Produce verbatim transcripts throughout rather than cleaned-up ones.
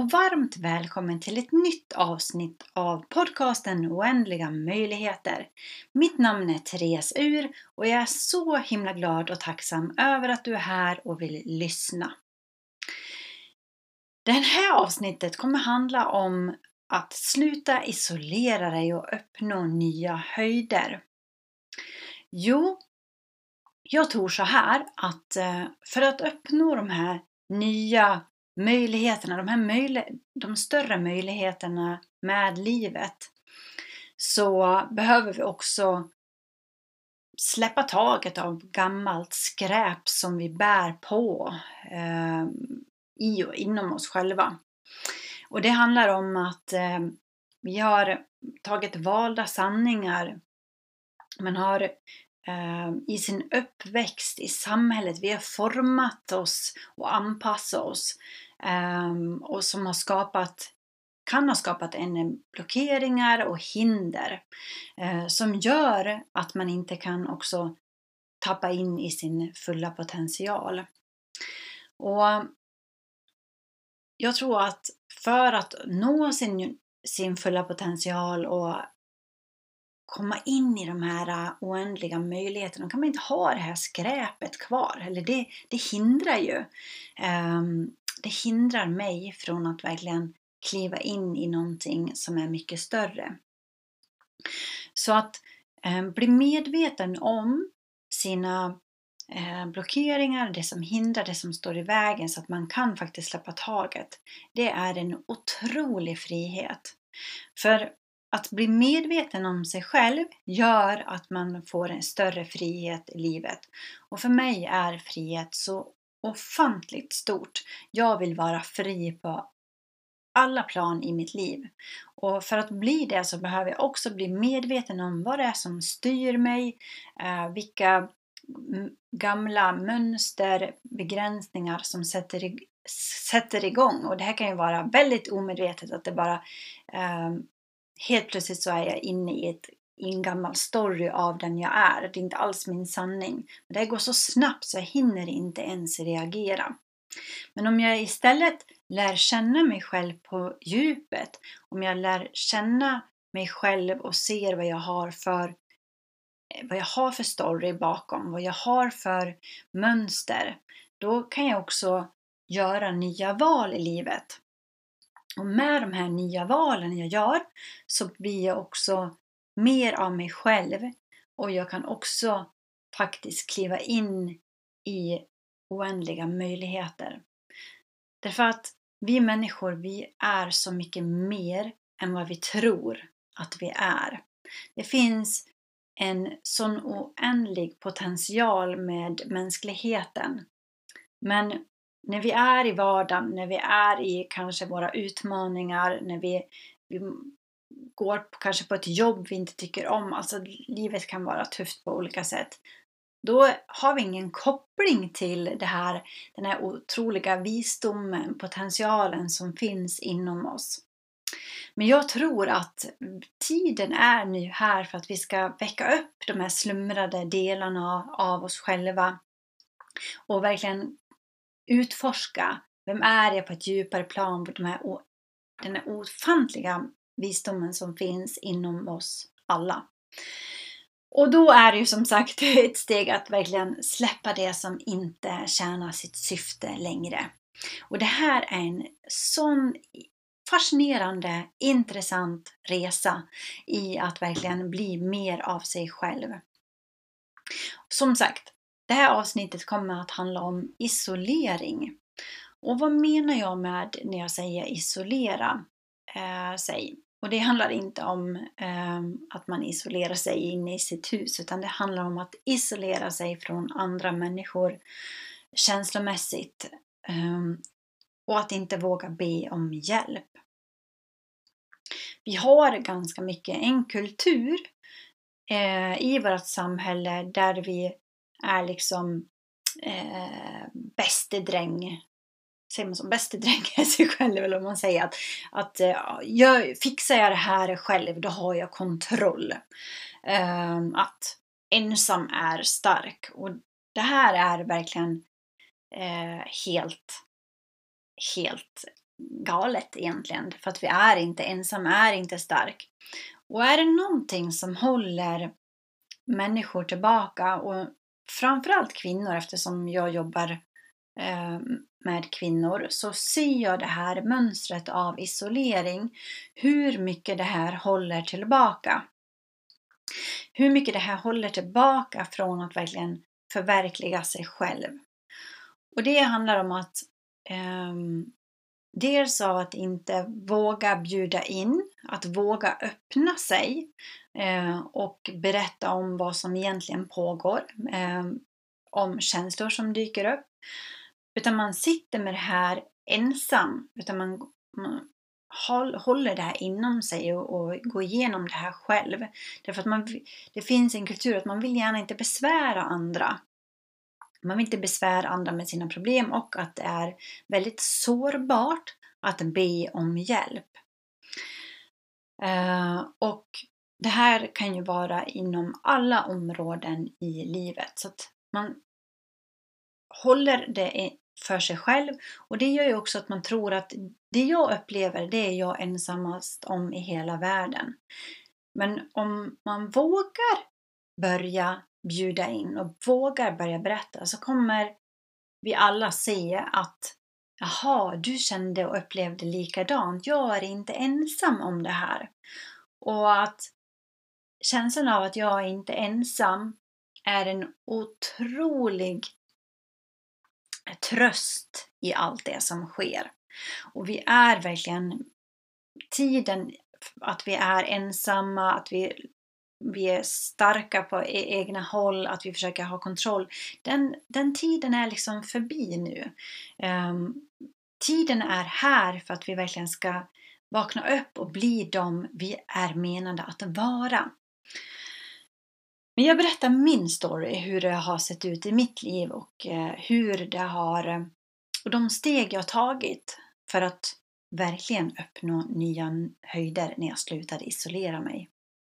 och varmt välkommen till ett nytt avsnitt av podcasten Oändliga möjligheter. Mitt namn är Therese Ur och jag är så himla glad och tacksam över att du är här och vill lyssna. Det här avsnittet kommer handla om att sluta isolera dig och uppnå nya höjder. Jo, jag tror så här att för att uppnå de här nya möjligheterna, de här möjli- de större möjligheterna med livet, så behöver vi också släppa taget av gammalt skräp som vi bär på eh, i och inom oss själva. Och det handlar om att eh, vi har tagit valda sanningar, man har eh, i sin uppväxt i samhället, vi har format oss och anpassat oss eh, och som har skapat kan ha skapat en blockeringar och hinder eh, som gör att man inte kan också tappa in i sin fulla potential. Och jag tror att för att nå sin, sin fulla potential och komma in i de här oändliga möjligheterna kan man inte ha det här skräpet kvar. Eller det, det hindrar ju. Um, det hindrar mig från att verkligen kliva in i någonting som är mycket större. Så att eh, bli medveten om sina eh, blockeringar, det som hindrar, det som står i vägen så att man kan faktiskt släppa taget. Det är en otrolig frihet. För att bli medveten om sig själv gör att man får en större frihet i livet. Och för mig är frihet så ofantligt stort. Jag vill vara fri på alla plan i mitt liv. Och för att bli det så behöver jag också bli medveten om vad det är som styr mig. Eh, vilka gamla mönster, begränsningar som sätter, i, sätter igång. Och det här kan ju vara väldigt omedvetet att det bara eh, helt plötsligt så är jag inne i, ett, i en gammal story av den jag är. Det är inte alls min sanning. Men det går så snabbt så jag hinner inte ens reagera. Men om jag istället lär känna mig själv på djupet, om jag lär känna mig själv och ser vad jag har för vad jag har för story bakom, vad jag har för mönster, då kan jag också göra nya val i livet. Och med de här nya valen jag gör så blir jag också mer av mig själv och jag kan också faktiskt kliva in i oändliga möjligheter. Därför att vi människor, vi är så mycket mer än vad vi tror att vi är. Det finns en sån oändlig potential med mänskligheten. Men när vi är i vardagen, när vi är i kanske våra utmaningar, när vi, vi går kanske på ett jobb vi inte tycker om, alltså livet kan vara tufft på olika sätt. Då har vi ingen koppling till det här, den här otroliga visdomen, potentialen som finns inom oss. Men jag tror att tiden är nu här för att vi ska väcka upp de här slumrade delarna av oss själva och verkligen utforska vem är jag på ett djupare plan, de här, den här ofantliga visdomen som finns inom oss alla. Och då är det ju som sagt ett steg att verkligen släppa det som inte tjänar sitt syfte längre. Och det här är en sån fascinerande, intressant resa i att verkligen bli mer av sig själv. Som sagt, det här avsnittet kommer att handla om isolering. Och vad menar jag med när jag säger isolera eh, sig? Och det handlar inte om eh, att man isolerar sig inne i sitt hus, utan det handlar om att isolera sig från andra människor känslomässigt eh, och att inte våga be om hjälp. Vi har ganska mycket en kultur eh, i vårt samhälle där vi är liksom eh, bäste dräng. Säger man som bäste dräng är sig själv, eller om man säger att, att jag, fixar jag det här själv, då har jag kontroll. Um, att ensam är stark. Och det här är verkligen eh, helt, helt galet egentligen. För att vi är inte ensam, är inte stark. Och är det någonting som håller människor tillbaka, och framförallt kvinnor, eftersom jag jobbar eh, med kvinnor, så ser jag det här mönstret av isolering. Hur mycket det här håller tillbaka. Hur mycket det här håller tillbaka från att verkligen förverkliga sig själv. Och det handlar om att eh, dels av att inte våga bjuda in, att våga öppna sig eh, och berätta om vad som egentligen pågår, eh, om känslor som dyker upp. Utan man sitter med det här ensam, utan man, man håller det här inom sig och, och går igenom det här själv. Därför att man, det finns en kultur att man vill gärna inte besvära andra. Man vill inte besvära andra med sina problem, och att det är väldigt sårbart att be om hjälp. Uh, och det här kan ju vara inom alla områden i livet. Så att man håller det för sig själv, och det gör ju också att man tror att det jag upplever, det är jag ensammast om i hela världen. Men om man vågar börja bjuda in och vågar börja berätta, så kommer vi alla se att jaha, du kände och upplevde likadant. Jag är inte ensam om det här. Och att känslan av att jag är inte ensam är en otrolig tröst i allt det som sker. Och vi är verkligen tiden att vi är ensamma, att vi vi är starka på e- egna håll, att vi försöker ha kontroll. Den, den tiden är liksom förbi nu. Um, tiden är här för att vi verkligen ska vakna upp och bli de vi är menade att vara. Men jag berättar min story, hur det har sett ut i mitt liv och uh, hur det har, och de steg jag tagit för att verkligen uppnå nya höjder när jag slutade isolera mig.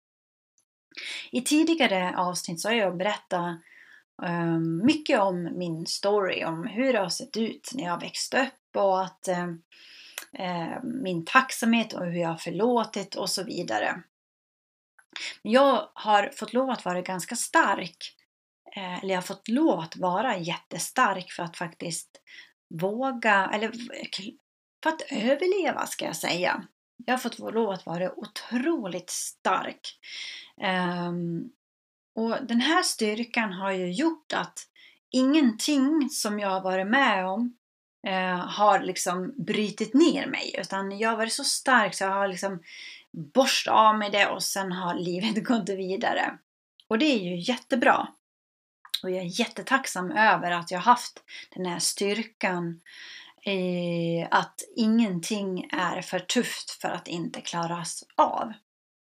I tidigare avsnitt så har jag berättat um, mycket om min story, om hur det har sett ut när jag växte upp, och att um, uh, min tacksamhet och hur jag har förlåtit och så vidare. Jag har fått lov att vara ganska stark, uh, eller jag har fått lov att vara jättestark för att faktiskt våga, eller för att överleva ska jag säga. Jag har fått lov att vara otroligt stark. Um, och den här styrkan har ju gjort att ingenting som jag har varit med om uh, har liksom brytit ner mig. Utan jag har varit så stark så jag har liksom borstat av mig det, och sen har livet gått vidare. Och det är ju jättebra. Och jag är jättetacksam över att jag har haft den här styrkan. Att ingenting är för tufft för att inte klaras av.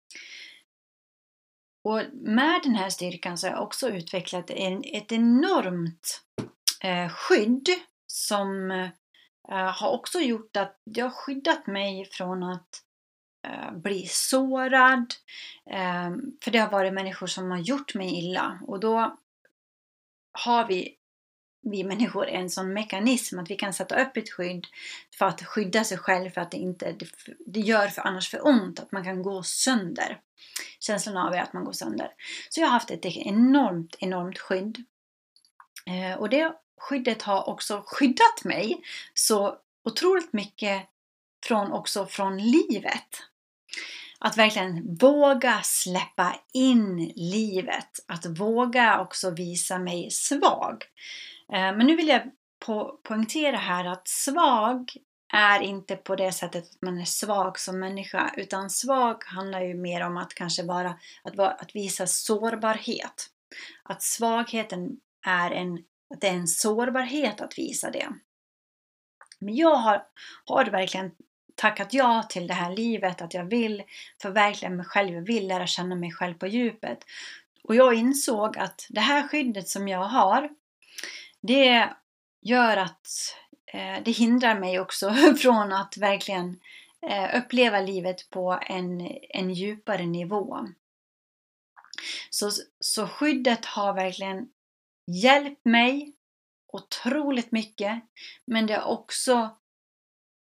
Och med den här styrkan så har jag också utvecklat en, ett enormt eh, skydd som eh, har också gjort att det har skyddat mig från att eh, bli sårad. Eh, för det har varit människor som har gjort mig illa, och då har vi vi människor en sån mekanism att vi kan sätta upp ett skydd för att skydda sig själv, för att det inte det, det gör för annars för ont, att man kan gå sönder. Känslan av är att man går sönder. Så jag har haft ett enormt, enormt skydd. Eh, och det skyddet har också skyddat mig så otroligt mycket från, också från livet. Att verkligen våga släppa in livet. Att våga också visa mig svag. Men nu vill jag po- poängtera här att svag är inte på det sättet att man är svag som människa. Utan svag handlar ju mer om att kanske vara, att, vara, att visa sårbarhet. Att svagheten är en, att det är en sårbarhet att visa det. Men jag har, har verkligen tackat ja till det här livet, att jag vill förverkliga mig själv, jag vill lära känna mig själv på djupet. Och jag insåg att det här skyddet som jag har, det gör att eh, det hindrar mig också från att verkligen eh, uppleva livet på en, en djupare nivå. Så, så skyddet har verkligen hjälpt mig otroligt mycket, men det har också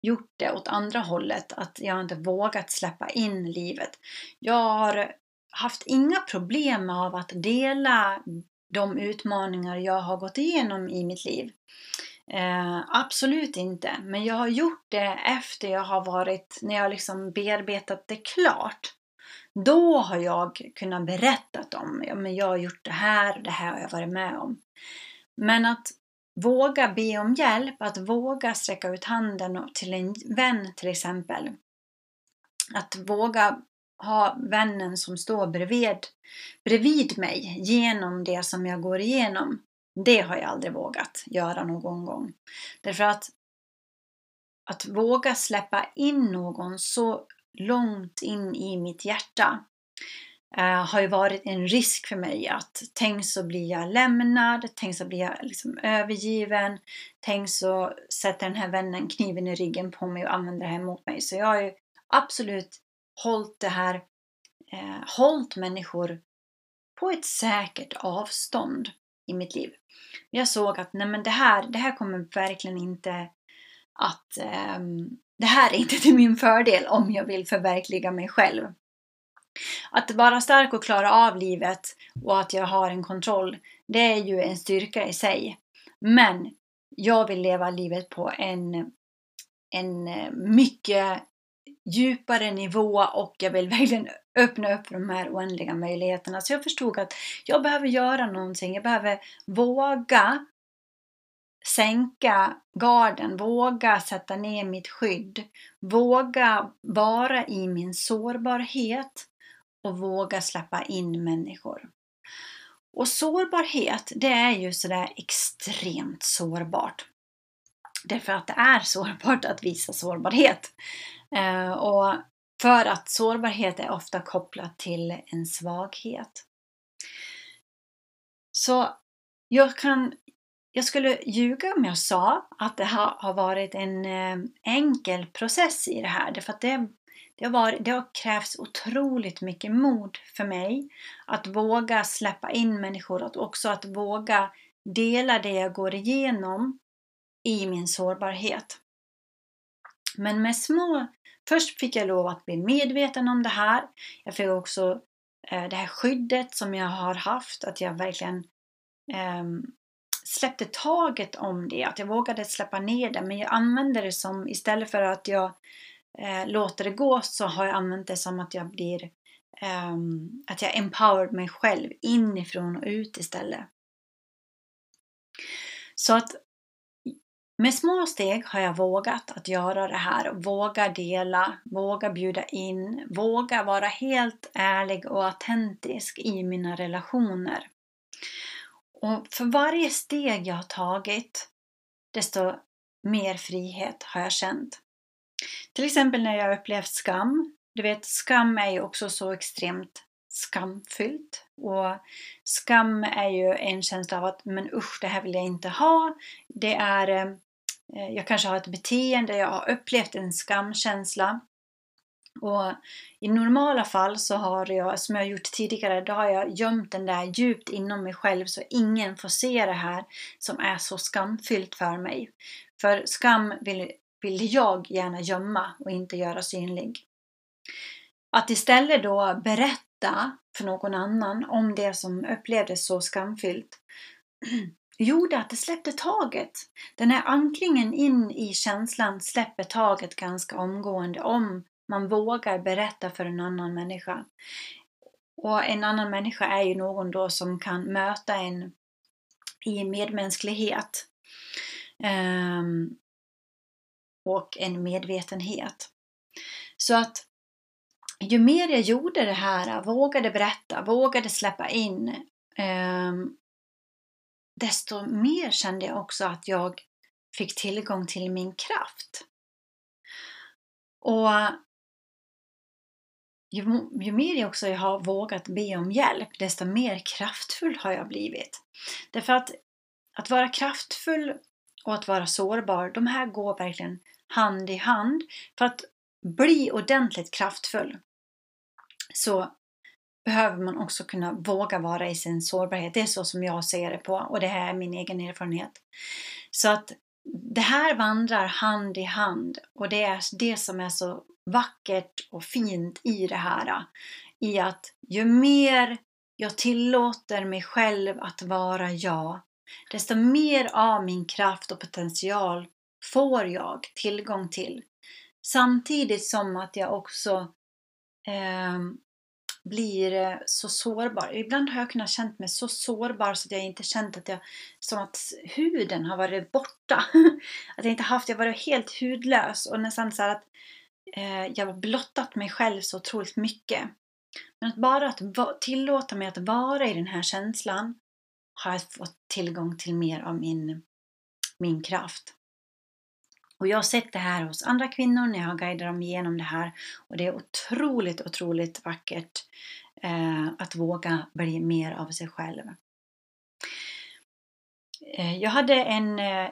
gjort det åt andra hållet, att jag inte vågat släppa in livet. Jag har haft inga problem av att dela de utmaningar jag har gått igenom i mitt liv. Eh, absolut inte. Men jag har gjort det efter jag har varit, när jag liksom bearbetat det klart. Då har jag kunnat berätta om, ja men jag har gjort det här och det här har jag varit med om. Men att våga be om hjälp, att våga sträcka ut handen till en vän till exempel. Att våga ha vännen som står bredvid, bredvid mig genom det som jag går igenom. Det har jag aldrig vågat göra någon gång. Därför att att våga släppa in någon så långt in i mitt hjärta uh, har ju varit en risk för mig. Att tänk så blir jag lämnad, tänk så blir jag liksom övergiven, tänk så sätter den här vännen kniven i ryggen på mig och använder det här mot mig. Så jag har ju absolut hållit det här, uh, hållit människor på ett säkert avstånd i mitt liv. Jag såg att nej men det här, det här kommer verkligen inte att um, det här är inte till min fördel om jag vill förverkliga mig själv. Att vara stark och klara av livet och att jag har en kontroll, det är ju en styrka i sig. Men jag vill leva livet på en, en mycket djupare nivå och jag vill verkligen öppna upp för de här oändliga möjligheterna. Så jag förstod att jag behöver göra någonting. Jag behöver våga sänka garden, våga sätta ner mitt skydd, våga vara i min sårbarhet och våga släppa in människor. Och sårbarhet, det är ju sådär extremt sårbart. Därför att det är sårbart att visa sårbarhet. Och för att sårbarhet är ofta kopplat till en svaghet. Så jag kan Jag skulle ljuga om jag sa att det har varit en enkel process i det här. Därför att det, det, har varit, det har krävts otroligt mycket mod för mig att våga släppa in människor och också att våga dela det jag går igenom i min sårbarhet. Men med små, först fick jag lov att bli medveten om det här. Jag fick också eh, det här skyddet som jag har haft, att jag verkligen eh, släppte taget om det, att jag vågade släppa ner det, men jag använder det som, istället för att jag eh, låter det gå, så har jag använt det som att jag blir eh, att jag empower mig själv inifrån och ut istället. Så att med små steg har jag vågat att göra det här, våga dela, våga bjuda in, våga vara helt ärlig och autentisk i mina relationer. Och för varje steg jag har tagit, desto mer frihet har jag känt. Till exempel när jag upplevt skam. Du vet, skam är ju också så extremt skamfyllt. Och skam är ju en känsla av att, men usch, det här vill jag inte ha. Det är, eh, jag kanske har ett beteende, jag har upplevt en skamkänsla. Och i normala fall så har jag, som jag gjort tidigare, då har jag gömt den där djupt inom mig själv så ingen får se det här som är så skamfyllt för mig. För skam vill, vill jag gärna gömma och inte göra synlig. Att istället då berätta för någon annan om det som upplevdes så skamfyllt gjorde att det släppte taget. Den här anklingen in i känslan släpper taget ganska omgående om man vågar berätta för en annan människa. Och en annan människa är ju någon då som kan möta en i medmänsklighet. Um, och en medvetenhet. Så att ju mer jag gjorde det här, vågade berätta, vågade släppa in, um, desto mer kände jag också att jag fick tillgång till min kraft. Och Ju, ju mer jag också har vågat be om hjälp, desto mer kraftfull har jag blivit. Därför att att vara kraftfull och att vara sårbar, de här går verkligen hand i hand. För att bli ordentligt kraftfull så behöver man också kunna våga vara i sin sårbarhet. Det är så som jag ser det på, och det här är min egen erfarenhet. Så att det här vandrar hand i hand och det är det som är så vackert och fint i det här. I att ju mer jag tillåter mig själv att vara jag, desto mer av min kraft och potential får jag tillgång till. Samtidigt som att jag också eh, blir så sårbar. Ibland har jag kunnat känt mig så sårbar så att jag inte känt att jag, som att huden har varit borta. Att jag inte haft, jag varit helt hudlös och nästan så här att eh, jag har blottat mig själv så otroligt mycket. Men att bara att va- tillåta mig att vara i den här känslan har jag fått tillgång till mer av min, min kraft. Och jag har sett det här hos andra kvinnor när jag har guidat dem igenom det här. Och det är otroligt, otroligt vackert eh, att våga bli mer av sig själv. Eh, jag hade en, eh,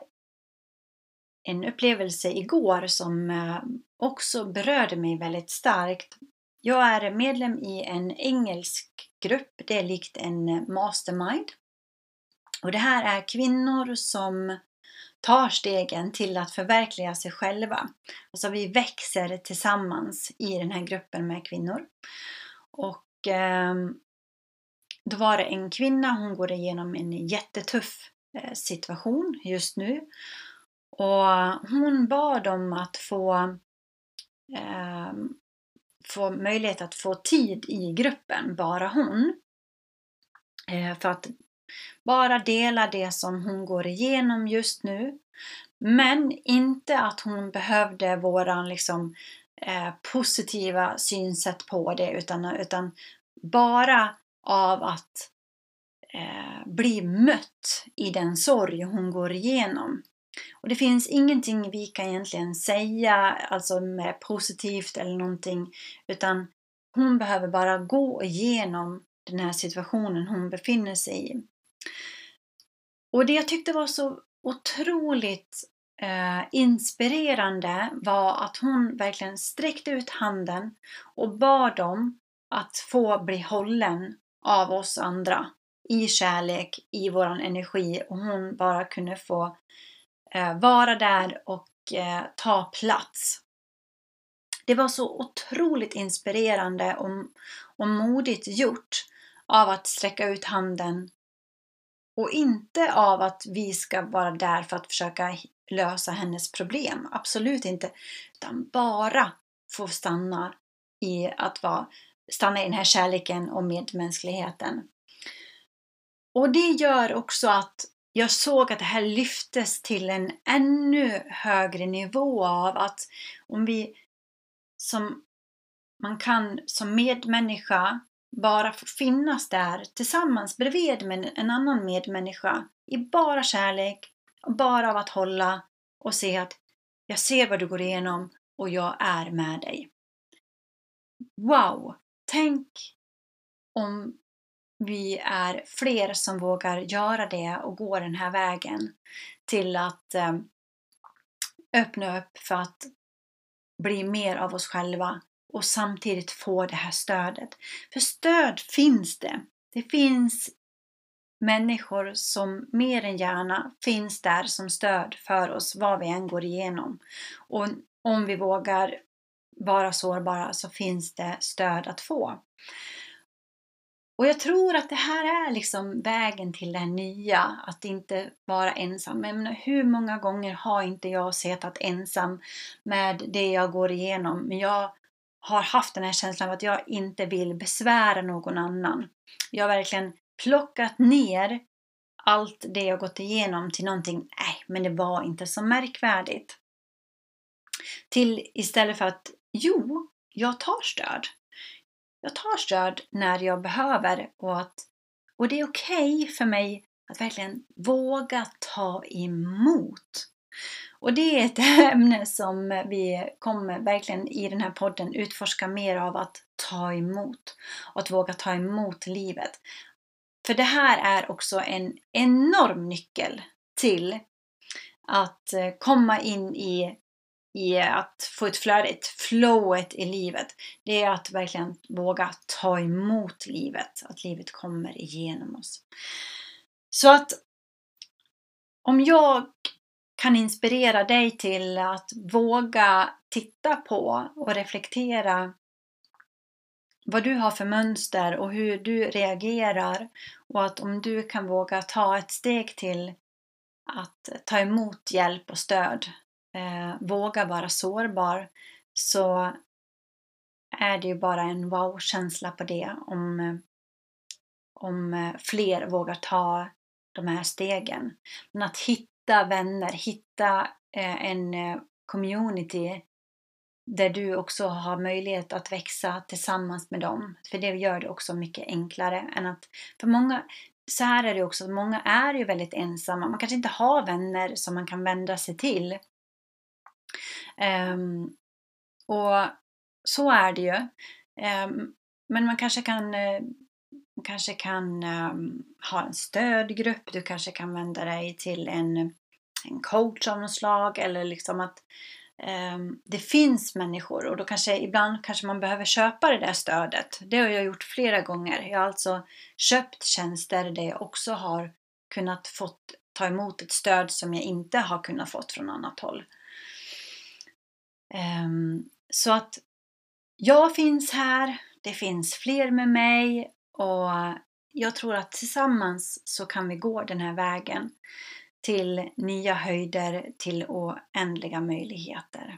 en upplevelse igår som eh, också berörde mig väldigt starkt. Jag är medlem i en engelsk grupp, det är likt en mastermind. Och det här är kvinnor som tar stegen till att förverkliga sig själva. Alltså vi växer tillsammans i den här gruppen med kvinnor. Och eh, då var det en kvinna, hon går igenom en jättetuff eh, situation just nu. Och hon bad om att få, eh, få möjlighet att få tid i gruppen, bara hon. Eh, för att bara dela det som hon går igenom just nu. Men inte att hon behövde våran liksom, eh, positiva synsätt på det. Utan, utan bara av att eh, bli mött i den sorg hon går igenom. Och det finns ingenting vi kan egentligen säga alltså med positivt eller någonting. Utan hon behöver bara gå igenom den här situationen hon befinner sig i. Och det jag tyckte var så otroligt eh, inspirerande var att hon verkligen sträckte ut handen och bad dem att få bli hållen av oss andra i kärlek, i våran energi, och hon bara kunde få eh, vara där och eh, ta plats. Det var så otroligt inspirerande och, och modigt gjort av att sträcka ut handen. Och inte av att vi ska vara där för att försöka lösa hennes problem. Absolut inte. Utan bara få stanna i att vara, stanna i den här kärleken och medmänskligheten. Och det gör också att jag såg att det här lyftes till en ännu högre nivå av att om vi som man kan som medmänniska bara få finnas där tillsammans bredvid med en annan medmänniska i bara kärlek och bara av att hålla och se att jag ser vad du går igenom och jag är med dig. Wow! Tänk om vi är fler som vågar göra det och gå den här vägen till att eh, öppna upp för att bli mer av oss själva. Och samtidigt få det här stödet. För stöd finns det. Det finns människor som mer än gärna finns där som stöd för oss vad vi än går igenom. Och om vi vågar vara sårbara så finns det stöd att få. Och jag tror att det här är liksom vägen till det nya. Att inte vara ensam. Men hur många gånger har inte jag suttit ensam med det jag går igenom. Men jag har haft den här känslan av att jag inte vill besvära någon annan. Jag har verkligen plockat ner allt det jag gått igenom till någonting, nej men det var inte så märkvärdigt. Till istället för att, jo, jag tar stöd. Jag tar stöd när jag behöver och, att, och det är okej för mig att verkligen våga ta emot. Och det är ett ämne som vi kommer verkligen i den här podden utforska mer av, att ta emot. Och att våga ta emot livet. För det här är också en enorm nyckel till att komma in i, i att få ett flöde, ett flowet i livet. Det är att verkligen våga ta emot livet. Att livet kommer igenom oss. Så att om jag kan inspirera dig till att våga titta på och reflektera vad du har för mönster och hur du reagerar, och att om du kan våga ta ett steg till att ta emot hjälp och stöd, eh, våga vara sårbar, så är det ju bara en wow-känsla på det om, om fler vågar ta de här stegen. Men att hitta vänner, hitta eh, en community där du också har möjlighet att växa tillsammans med dem. För det gör det också mycket enklare än att, för många, så här är det också, många är ju väldigt ensamma. Man kanske inte har vänner som man kan vända sig till. Um, och så är det ju. Um, men man kanske kan, uh, kanske kan um, ha en stödgrupp. Du kanske kan vända dig till en, en coach av något slag. Eller liksom att um, det finns människor. Och då kanske ibland kanske man behöver köpa det där stödet. Det har jag gjort flera gånger. Jag har alltså köpt tjänster där jag också har kunnat fått ta emot ett stöd som jag inte har kunnat fått från annat håll. Um, så att jag finns här, det finns fler med mig, och jag tror att tillsammans så kan vi gå den här vägen till nya höjder, till oändliga möjligheter.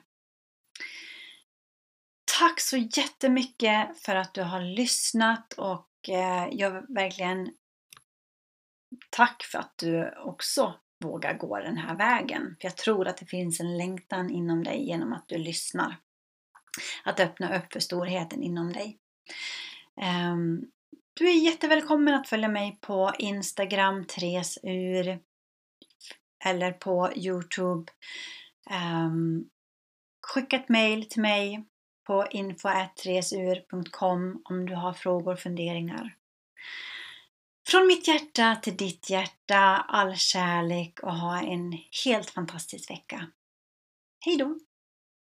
Tack så jättemycket för att du har lyssnat, och jag verkligen tack för att du också vågar gå den här vägen. För jag tror att det finns en längtan inom dig genom att du lyssnar. Att öppna upp för storheten inom dig. Um, du är jättevälkommen att följa mig på Instagram, Therese Ur, eller på YouTube. Um, skicka ett mail till mig på info at theresur punkt com om du har frågor och funderingar. Från mitt hjärta till ditt hjärta, all kärlek, och ha en helt fantastisk vecka. Hej då!